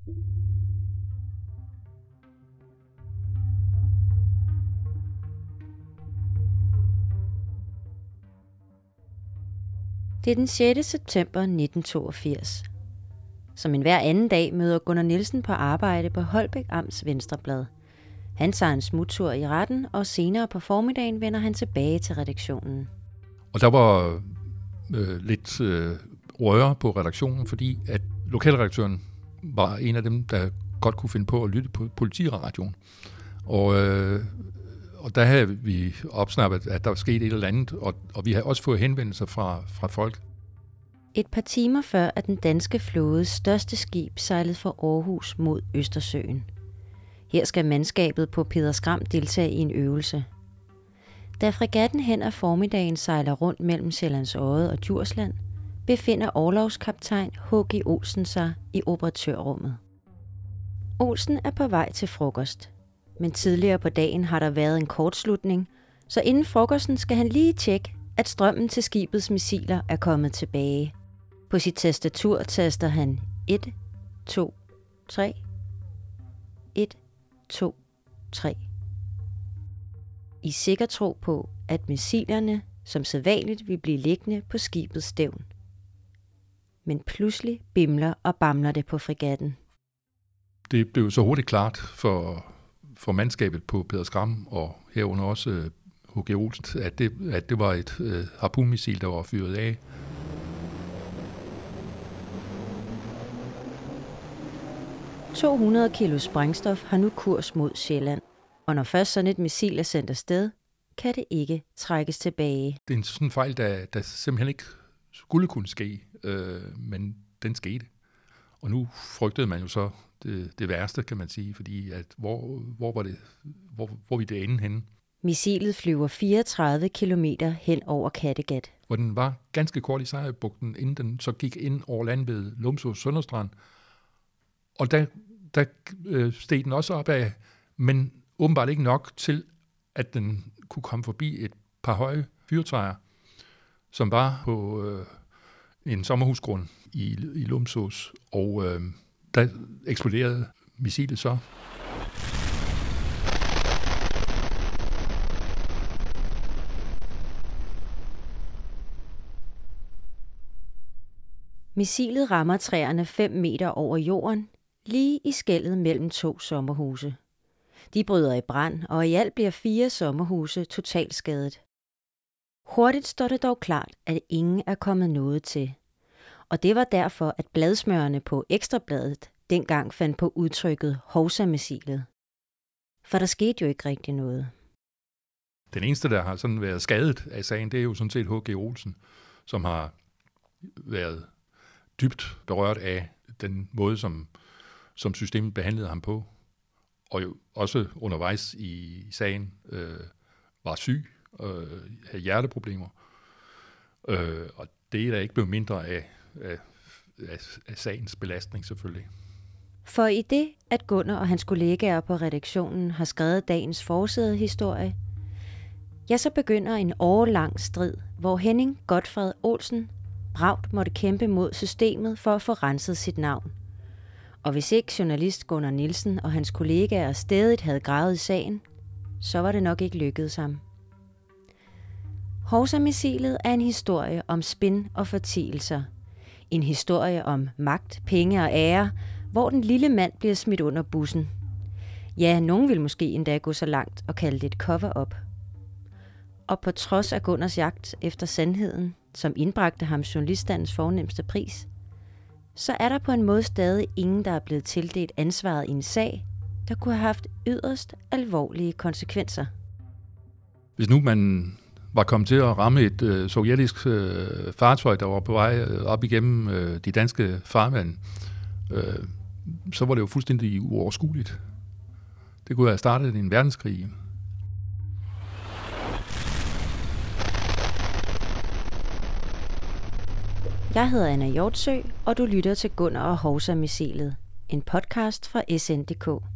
Det er den 6. september 1982. Som en hver anden dag møder Gunnar Nielsen på arbejde på Holbæk Amts Venstreblad. Han tager en smuttur i retten, og senere på formiddagen vender han tilbage til redaktionen. Og der var lidt røre på redaktionen, fordi at lokalredaktøren var en af dem, der godt kunne finde på at lytte på politiradioen. Og der havde vi opsnappet, at der var sket et eller andet, og vi havde også fået henvendelser fra folk. Et par timer før er den danske flådes største skib sejlet fra Aarhus mod Østersøen. Her skal mandskabet på Pederskram deltage i en øvelse. Da fregatten hen ad formiddagen sejler rundt mellem Sjællands Odde og Djursland, befinder orlogskaptajn H.G. Olsen sig i operatørrummet. Olsen er på vej til frokost, men tidligere på dagen har der været en kortslutning, så inden frokosten skal han lige tjekke, at strømmen til skibets missiler er kommet tilbage. På sit tastatur taster han 1, 2, 3, 1, 2, 3. I sikker tro på, at missilerne som sædvanligt vil blive liggende på skibets stævn. Men pludselig bimler og bamler det på fregatten. Det blev så hurtigt klart for mandskabet på Pederskram og herunder også H.G. Olsen, at det var et harpunmissil, der var fyret af. – 200 kilo sprængstof har nu kurs mod Sjælland, og når først sådan et missil er sendt afsted, kan det ikke trækkes tilbage. Det er en sådan fejl, der simpelthen ikke skulle kunne ske, men den skete. Og nu frygtede man jo så det værste, kan man sige, fordi at hvor vi det ende henne? Missilet flyver 34 kilometer hen over Kattegat. Hvor den var ganske kort i Sejrbugten, inden den så gik ind over land ved Lumsås Sønderstrand. Og der steg den også op af, men åbenbart ikke nok til, at den kunne komme forbi et par høje fyrtøjer, som var på en sommerhusgrund i Lumsås, og der eksploderede missilet så. Missilet rammer træerne 5 meter over jorden, lige i skellet mellem 2 sommerhuse. De bryder i brand, og i alt bliver 4 sommerhuse totalt skadet. Hurtigt står det dog klart, at ingen er kommet noget til. Og det var derfor, at bladsmørerne på Ekstrabladet dengang fandt på udtrykket Hovsa-missilet. For der skete jo ikke rigtig noget. Den eneste, der har sådan været skadet af sagen, det er jo sådan set H.G. Olsen, som har været dybt berørt af den måde, som systemet behandlede ham på. Og jo også undervejs i sagen var syg og havde hjerteproblemer. Og det er da ikke blevet mindre af sagens belastning selvfølgelig. For i det, at Gunnar og hans kollegaer på redaktionen har skrevet dagens forsædehistorie, ja, så begynder en årelang strid, hvor Henning Godtfred Olsen bravt måtte kæmpe mod systemet for at få renset sit navn. Og hvis ikke journalist Gunnar Nielsen og hans kollegaer stædigt havde gravet i sagen, så var det nok ikke lykkedes ham. Hovsa-missilet er en historie om spin og fortielser. En historie om magt, penge og ære, hvor den lille mand bliver smidt under bussen. Ja, nogen vil måske endda gå så langt og kalde det et cover-up. Og på trods af Gunnars jagt efter sandheden, som indbragte ham journaliststandens fornemste pris, så er der på en måde stadig ingen, der er blevet tildelt ansvaret i en sag, der kunne have haft yderst alvorlige konsekvenser. Hvis nu man var kommet til at ramme et sovjetisk fartøj, der var på vej op igennem de danske farvand, så var det jo fuldstændig uoverskueligt. Det kunne have startet en verdenskrig. Jeg hedder Anna Hjortsø, og du lytter til Gunnar og Hovsa-missilet, en podcast fra SN.dk.